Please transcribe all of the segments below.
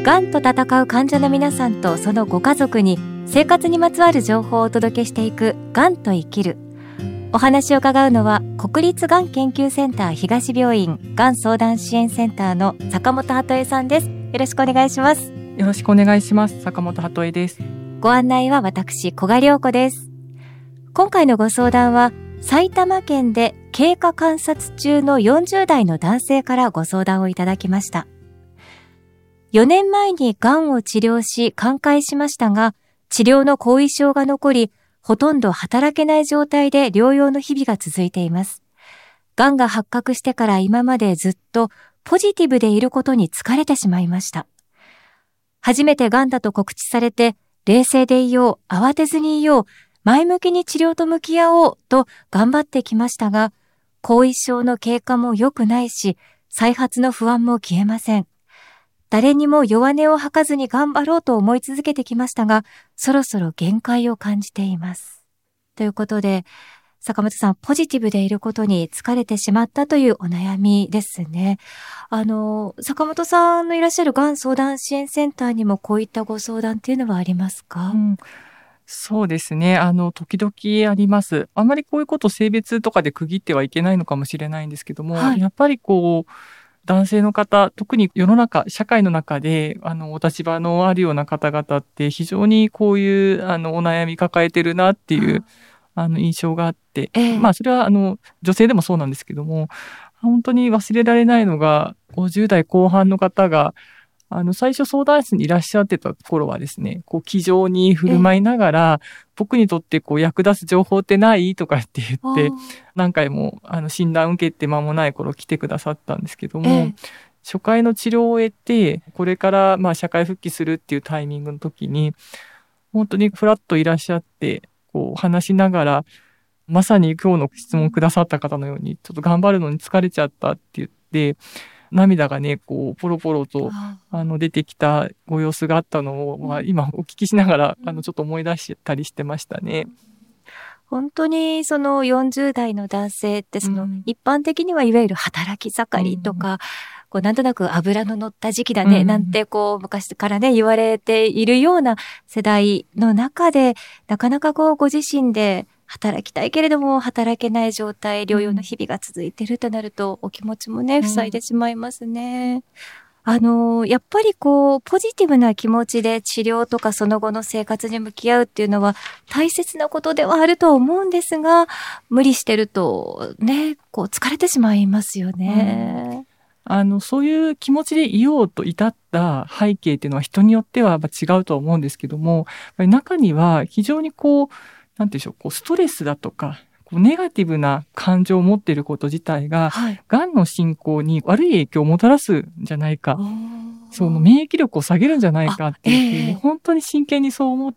がんと闘う患者の皆さんとそのご家族に生活にまつわる情報をお届けしていくがんと生きる。お話を伺うのは国立がん研究センター東病院がん相談支援センターの坂本鳩恵さんです。よろしくお願いします。 よろしくお願いします。坂本鳩恵です。 ご案内は私古賀良子です。今回のご相談は埼玉県で経過観察中の40代の男性からご相談をいただきました。4年前にがんを治療し寛解しましたが、治療の後遺症が残り、ほとんど働けない状態で療養の日々が続いています。がんが発覚してから今までずっとポジティブでいることに疲れてしまいました。初めてがんだと告知されて、冷静でいよう、慌てずにいよう、前向きに治療と向き合おうと頑張ってきましたが、後遺症の経過も良くないし、再発の不安も消えません。誰にも弱音を吐かずに頑張ろうと思い続けてきましたが、そろそろ限界を感じています。ということで、坂本さん、ポジティブでいることに疲れてしまったというお悩みですね。坂本さんのいらっしゃるがん相談支援センターにもこういったご相談っていうのはありますか？ そうですね。時々あります。あまりこういうことを性別とかで区切ってはいけないのかもしれないんですけども、やっぱり男性の方、特に世の中、社会の中で、お立場のあるような方々って、非常にこういう、お悩み抱えてるなっていう、印象があって、それは、女性でもそうなんですけども、本当に忘れられないのが、50代後半の方が、最初相談室にいらっしゃってた頃はですね、気丈に振る舞いながら、僕にとって役立つ情報ってないとかって言って、何回も診断受けて間もない頃来てくださったんですけども、初回の治療を終えて、これから社会復帰するっていうタイミングの時に、本当にフラッといらっしゃって、話しながら、まさに今日の質問くださった方のように、ちょっと頑張るのに疲れちゃったって言って、涙がね、ポロポロと、出てきたご様子があったのを、今お聞きしながら、ちょっと思い出したりしてましたね。 本当にその40代の男性って一般的にはいわゆる働き盛りとか、なんとなく脂の乗った時期だね、なんて昔からね、言われているような世代の中で、なかなかご自身で働きたいけれども働けない状態、療養の日々が続いているとなると、お気持ちもね、塞いでしまいますね。やっぱりポジティブな気持ちで治療とかその後の生活に向き合うっていうのは大切なことではあると思うんですが、無理してるとね、疲れてしまいますよね。 そういう気持ちでいようと至った背景っていうのは人によっては違うとは思うんですけども、中には非常になんていうんでしょう、ストレスだとか、ネガティブな感情を持っていること自体が、がんの進行に悪い影響をもたらすんじゃないか、その免疫力を下げるんじゃないかっていうふうに、本当に真剣にそう思って、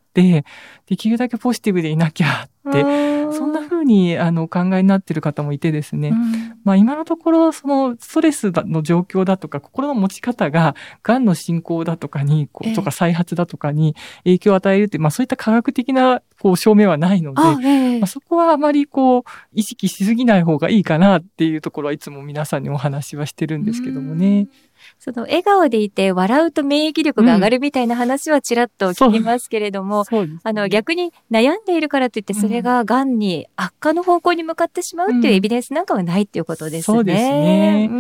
できるだけポジティブでいなきゃって、そんな風にお考えになっている方もいてですね、今のところそのストレスの状況だとか心の持ち方ががんの進行だとかにとか再発だとかに影響を与えるって、そういった科学的な証明はないので、そこはあまり意識しすぎない方がいいかなっていうところはいつも皆さんにお話はしてるんですけどもね。 その笑顔でいて笑うと免疫力が上がるみたいな話はちらっと聞きますけれども、逆に悩んでいるからといってそれががんに悪化の方向に向かってしまうっていうエビデンスなんかはないっていうことですね。 そうですね。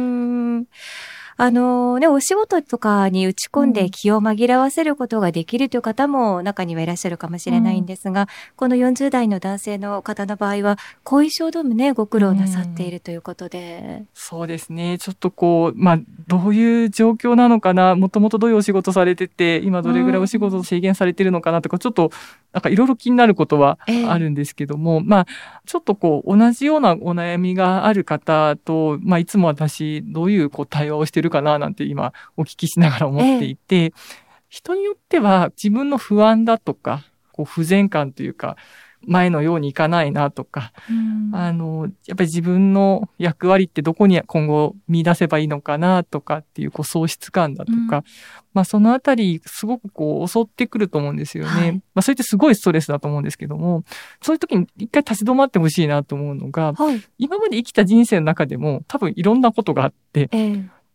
お仕事とかに打ち込んで気を紛らわせることができるという方も中にはいらっしゃるかもしれないんですが、この40代の男性の方の場合は後遺症でもね、ご苦労なさっているということで。 そうですね。ちょっとどういう状況なのかな、もともとどういうお仕事されてて、今どれぐらいお仕事制限されてるのかなとか、ちょっといろいろ気になることはあるんですけども、ちょっと同じようなお悩みがある方と、いつも私どういう対話をしてるかななんて今お聞きしながら思っていて、人によっては自分の不安だとか、不全感というか、前のようにいかないなとか、やっぱり自分の役割ってどこに今後見出せばいいのかなとかっていう喪失感だとか、そのあたりすごく襲ってくると思うんですよね。それってすごいストレスだと思うんですけども、そういう時に一回立ち止まってほしいなと思うのが、今まで生きた人生の中でも多分いろんなことがあって、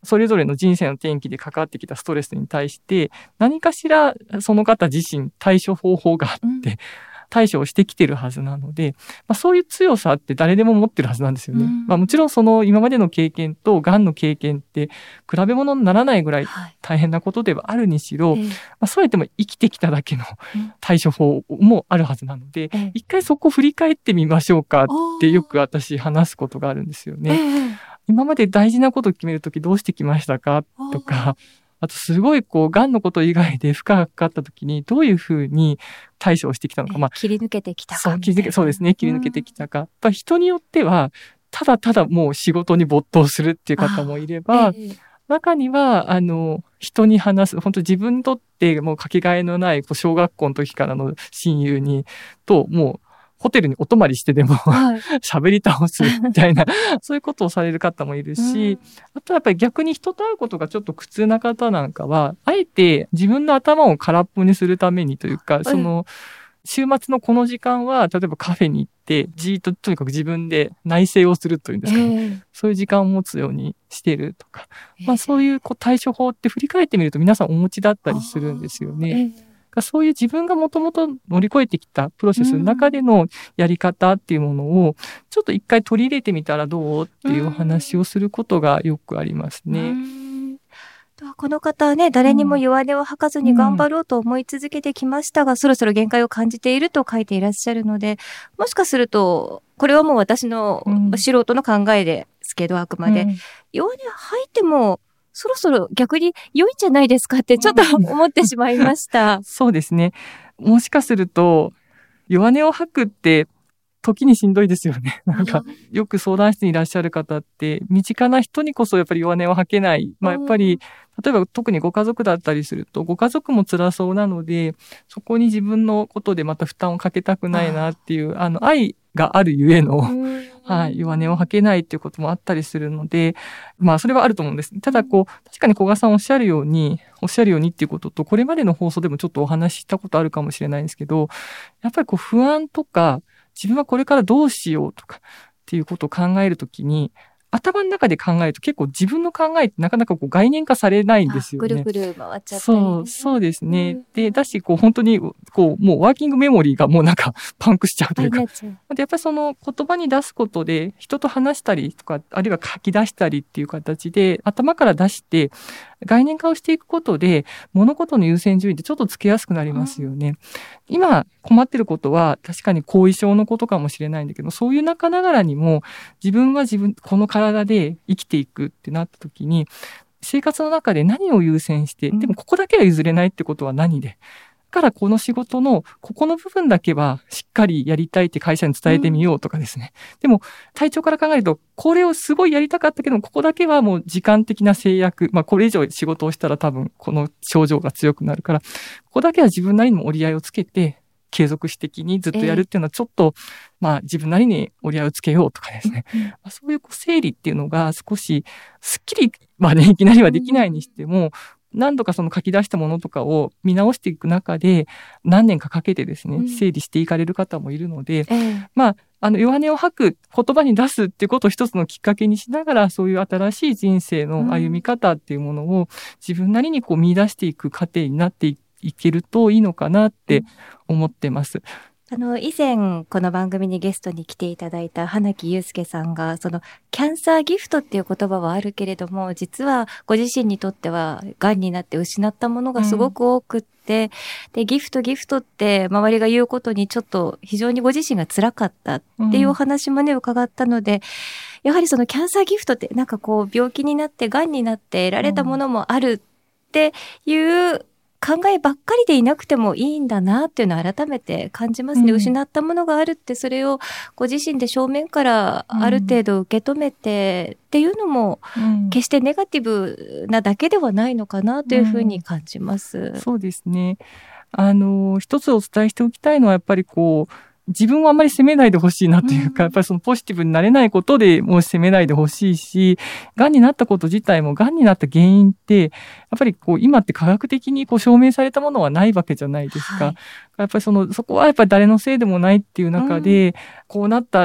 それぞれの人生の転機でかかってきたストレスに対して、何かしらその方自身対処方法があって、対処をしてきてるはずなので、そういう強さって誰でも持ってるはずなんですよね。もちろんその今までの経験とがんの経験って比べ物にならないぐらい大変なことではあるにしろ、そうやっても生きてきただけの対処法もあるはずなので、一回そこを振り返ってみましょうかってよく私話すことがあるんですよね。今まで大事なことを決めるときどうしてきましたかとか、あとすごいがんのこと以外で負荷がかかった時にどういうふうに対処をしてきたのか。 切り抜けてきたか。 そうですね。切り抜けてきたか。人によっては、ただただもう仕事に没頭するっていう方もいれば、中には、人に話す、本当自分にとってもうかけがえのない小学校の時からの親友ともうホテルにお泊まりしてでも喋り倒すみたいな、そういうことをされる方もいるし、あとはやっぱり逆に人と会うことがちょっと苦痛な方なんかは、あえて自分の頭を空っぽにするためにというか、週末のこの時間は、例えばカフェに行って、じーっととにかく自分で内省をするというんですかね。そういう時間を持つようにしてるとか。そういう対処法って振り返ってみると皆さんお持ちだったりするんですよね。そういう自分がもともと乗り越えてきたプロセスの中でのやり方っていうものを、ちょっと一回取り入れてみたらどうっていうお話をすることがよくありますね。 この方はね、誰にも弱音を吐かずに頑張ろうと思い続けてきましたが、そろそろ限界を感じていると書いていらっしゃるので、もしかすると、これはもう私の素人の考えですけど、あくまで、弱音吐いても、そろそろ逆に良いんじゃないですかってちょっと思ってしまいました。 そうですね。もしかすると、弱音を吐くって時にしんどいですよね。よく相談室にいらっしゃる方って、身近な人にこそやっぱり弱音を吐けない。やっぱり、例えば特にご家族だったりすると、ご家族も辛そうなので、そこに自分のことでまた負担をかけたくないなっていう、愛があるゆえの、弱音を吐けないっていうこともあったりするので、それはあると思うんです。ただ確かに古賀さんおっしゃるようにっていうことと、これまでの放送でもちょっとお話ししたことあるかもしれないんですけど、やっぱり不安とか、自分はこれからどうしようとかっていうことを考えるときに、頭の中で考えると結構自分の考えってなかなか概念化されないんですよね。 ぐるぐる回っちゃったり、ね。 そうですね。で、だし、本当に、もうワーキングメモリーがもうパンクしちゃうというか。で、やっぱり言葉に出すことで、人と話したりとか、あるいは書き出したりっていう形で、頭から出して、概念化をしていくことで、物事の優先順位ってちょっとつけやすくなりますよね。今困ってることは確かに後遺症のことかもしれないんだけど、そういう中ながらにも自分はこの体で生きていくってなった時に、生活の中で何を優先して、でもここだけは譲れないってことは何で、だからこの仕事のここの部分だけはしっかりやりたいって会社に伝えてみようとかですね。でも体調から考えると、これをすごいやりたかったけど、ここだけはもう時間的な制約。これ以上仕事をしたら多分この症状が強くなるから、ここだけは自分なりにも折り合いをつけて、継続的にずっとやるっていうのはちょっと、自分なりに折り合いをつけようとかですね。そういう整理っていうのが少しスッキリいきなりはできないにしても、何度か書き出したものとかを見直していく中で何年かかけてですね、整理していかれる方もいるので、弱音を吐く、言葉に出すっていうことを一つのきっかけにしながら、そういう新しい人生の歩み方っていうものを自分なりに見出していく過程になっていけるといいのかなって思ってます。 以前この番組にゲストに来ていただいた花木祐介さんが、キャンサーギフトっていう言葉はあるけれども、実はご自身にとっては癌になって失ったものがすごく多くって、で、ギフトって周りが言うことにちょっと非常にご自身が辛かったっていうお話もね、伺ったので、やはりキャンサーギフトって病気になって癌になって得られたものもあるっていう考えばっかりでいなくてもいいんだなっていうのを改めて感じますね。失ったものがあるって、それをご自身で正面からある程度受け止めてっていうのも、決してネガティブなだけではないのかなというふうに感じます。 そうですね。一つお伝えしておきたいのはやっぱり自分をあんまり責めないでほしいなというか、やっぱりポジティブになれないことでもう責めないでほしいし、癌になったこと自体も癌になった原因って、やっぱり今って科学的に証明されたものはないわけじゃないですか。やっぱりそこはやっぱり誰のせいでもないっていう中で、こうなった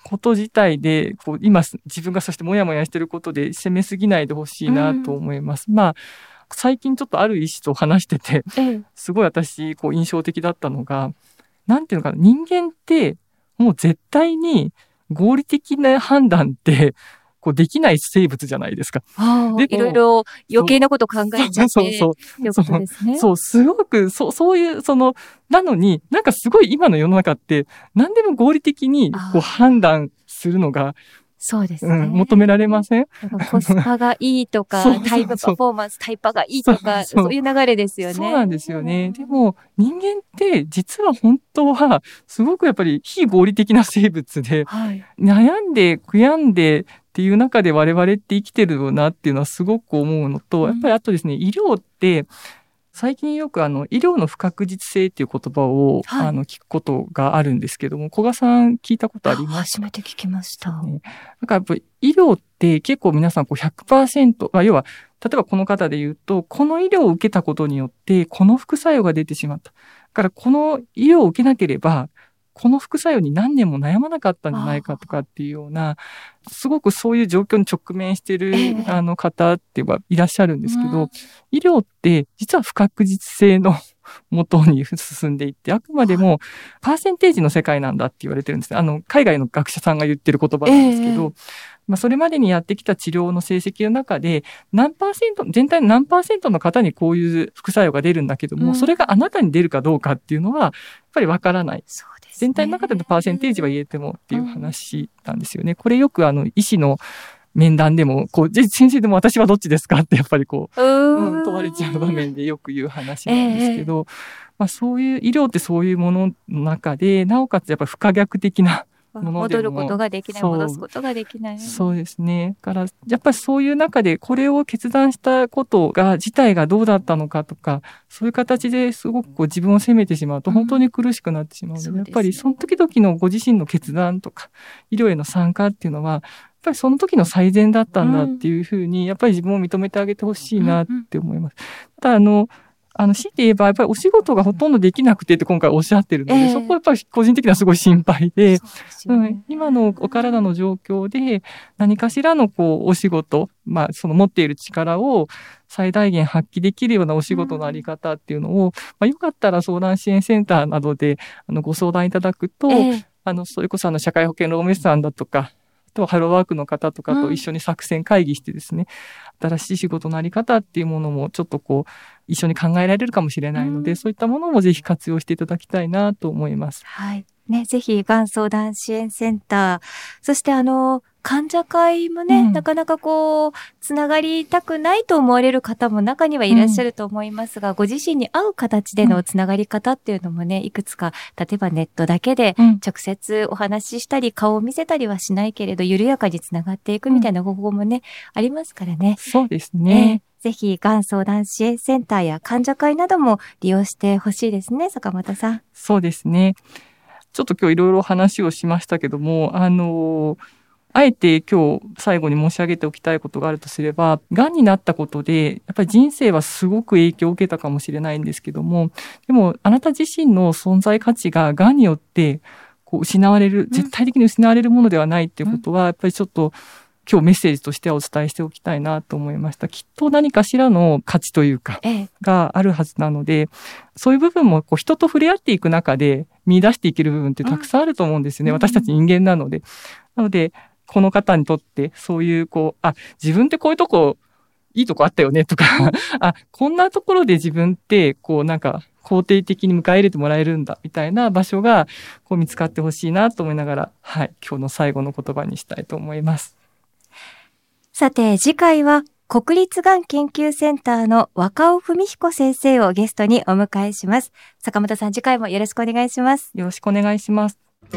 こと自体で、今自分がそしてもやもやしてることで責めすぎないでほしいなと思います。最近ちょっとある医師と話してて、すごい私、印象的だったのが、なんていうのかな、人間ってもう絶対に合理的な判断ってできない生物じゃないですか。 いろいろ余計なこと考えちゃって。 そういうことですね。 そう、すごく、そういう、なのに、なんかすごい今の世の中って、何でも合理的に判断するのが、 そうですね。 求められません？ コスパがいいとか、タイムパフォーマンス、タイパがいいとか、そういう流れですよね。 そうなんですよね。でも、人間って実は本当は、すごくやっぱり非合理的な生物で、悩んで、悔やんでっていう中で我々って生きてるよなっていうのはすごく思うのと、やっぱりあとですね、医療って、最近よく医療の不確実性っていう言葉を、聞くことがあるんですけども、古賀さん聞いたことありますか？ 初めて聞きました。 なんかやっぱり医療って結構皆さん100%、要は、例えばこの方で言うと、この医療を受けたことによって、この副作用が出てしまった。だからこの医療を受けなければ、この副作用に何年も悩まなかったんじゃないかとかっていうような、すごくそういう状況に直面している、方っていらっしゃるんですけど、医療って実は不確実性のもとに進んでいって、あくまでもパーセンテージの世界なんだって言われてるんですね。海外の学者さんが言ってる言葉なんですけど、それまでにやってきた治療の成績の中で、全体の何%の方にこういう副作用が出るんだけども、それがあなたに出るかどうかっていうのは、やっぱりわからない。全体の中でのパーセンテージは言えてもっていう話なんですよね。これよく医師の面談でも、先生でも私はどっちですかってやっぱり問われちゃう場面でよく言う話なんですけど、そういう医療ってそういうものの中で、なおかつやっぱり不可逆的なものでも戻ることができない、戻すことができない。 そうですね。だから、やっぱりそういう中でこれを決断したことが、自体がどうだったのかとか、そういう形ですごく自分を責めてしまうと本当に苦しくなってしまうので、やっぱりその時々のご自身の決断とか、医療への参加っていうのは、やっぱりその時の最善だったんだっていうふうに、やっぱり自分を認めてあげてほしいなって思います。ただ強いて言えば、やっぱりお仕事がほとんどできなくてって今回おっしゃってるので、そこはやっぱり個人的にはすごい心配で、今のお体の状況で何かしらのお仕事、持っている力を最大限発揮できるようなお仕事のあり方っていうのを、よかったら相談支援センターなどでご相談いただくと、それこそ社会保険労務士さんだとか、ハローワークの方とかと一緒に作戦会議してですね、新しい仕事のあり方っていうものもちょっと一緒に考えられるかもしれないので、そういったものもぜひ活用していただきたいなと思います。 はい。ね、ぜひ、がん相談支援センター、そして患者会もね、なかなかつながりたくないと思われる方も中にはいらっしゃると思いますが、ご自身に合う形でのつながり方っていうのもね、いくつか、例えばネットだけで直接お話ししたり、顔を見せたりはしないけれど、緩やかにつながっていくみたいな方法もね、ありますからね。 そうですね。 ぜひ、がん相談支援センターや患者会なども利用してほしいですね、坂本さん。 そうですね。ちょっと今日いろいろ話をしましたけども、あえて今日最後に申し上げておきたいことがあるとすれば、がんになったことで、やっぱり人生はすごく影響を受けたかもしれないんですけども、でもあなた自身の存在価値ががんによって失われる、絶対的に失われるものではないっていうことは、やっぱりちょっと今日メッセージとしてはお伝えしておきたいなと思いました。きっと何かしらの価値というか、があるはずなので、そういう部分も人と触れ合っていく中で見出していける部分ってたくさんあると思うんですよね。私たち人間なので。なので、この方にとってそういう自分ってこういうとこいいとこあったよねとかこんなところで自分って肯定的に迎え入れてもらえるんだみたいな場所が見つかってほしいなと思いながら、今日の最後の言葉にしたいと思います。 さて次回は国立がん研究センターの若尾文彦先生をゲストにお迎えします。坂本さん、次回もよろしくお願いします。 よろしくお願いします。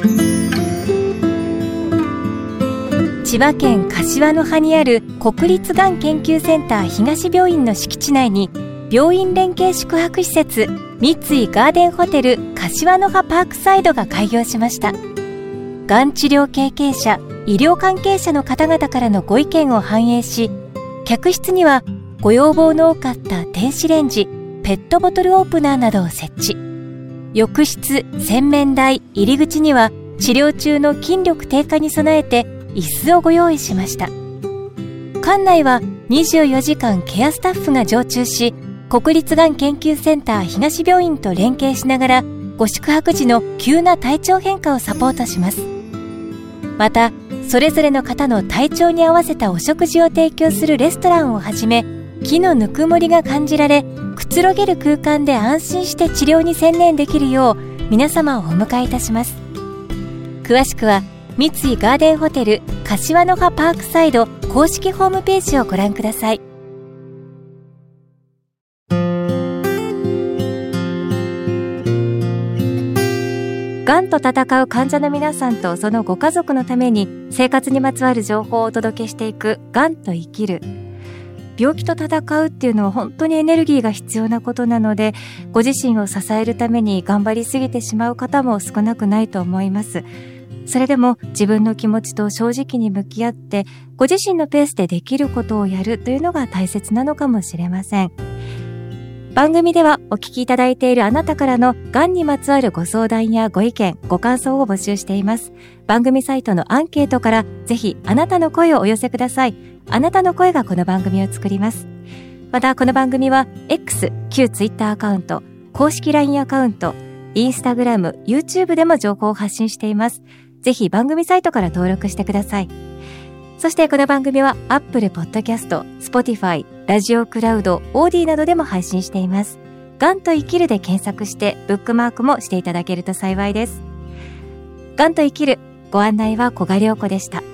千葉県柏の葉にある国立がん研究センター東病院の敷地内に、病院連携宿泊施設三井ガーデンホテル柏の葉パークサイドが開業しました。がん治療経験者、医療関係者の方々からのご意見を反映し、客室にはご要望の多かった電子レンジ、ペットボトルオープナーなどを設置。浴室、洗面台、入り口には治療中の筋力低下に備えて椅子をご用意しました。館内は24時間ケアスタッフが常駐し、国立がん研究センター東病院と連携しながら、ご宿泊時の急な体調変化をサポートします。また、それぞれの方の体調に合わせたお食事を提供するレストランをはじめ、木のぬくもりが感じられ、くつろげる空間で安心して治療に専念できるよう皆様をお迎えいたします。詳しくは三井ガーデンホテル柏の葉パークサイド公式ホームページをご覧ください。がんと闘う患者の皆さんとそのご家族のために生活にまつわる情報をお届けしていくがんと生きる。病気と闘うっていうのは本当にエネルギーが必要なことなので、ご自身を支えるために頑張りすぎてしまう方も少なくないと思います。それでも自分の気持ちと正直に向き合って、ご自身のペースでできることをやるというのが大切なのかもしれません。番組ではお聞きいただいているあなたからのがんにまつわるご相談やご意見、ご感想を募集しています。番組サイトのアンケートからぜひあなたの声をお寄せください。あなたの声がこの番組を作ります。またこの番組は X、旧 Twitter アカウント、公式 LINE アカウント、Instagram、YouTube でも情報を発信しています。ぜひ番組サイトから登録してください。そしてこの番組は Apple Podcast、Spotify、ラジオクラウド、オーディなどでも配信しています。がんと生きるで検索してブックマークもしていただけると幸いです。がんと生きる、ご案内は小賀良子でした。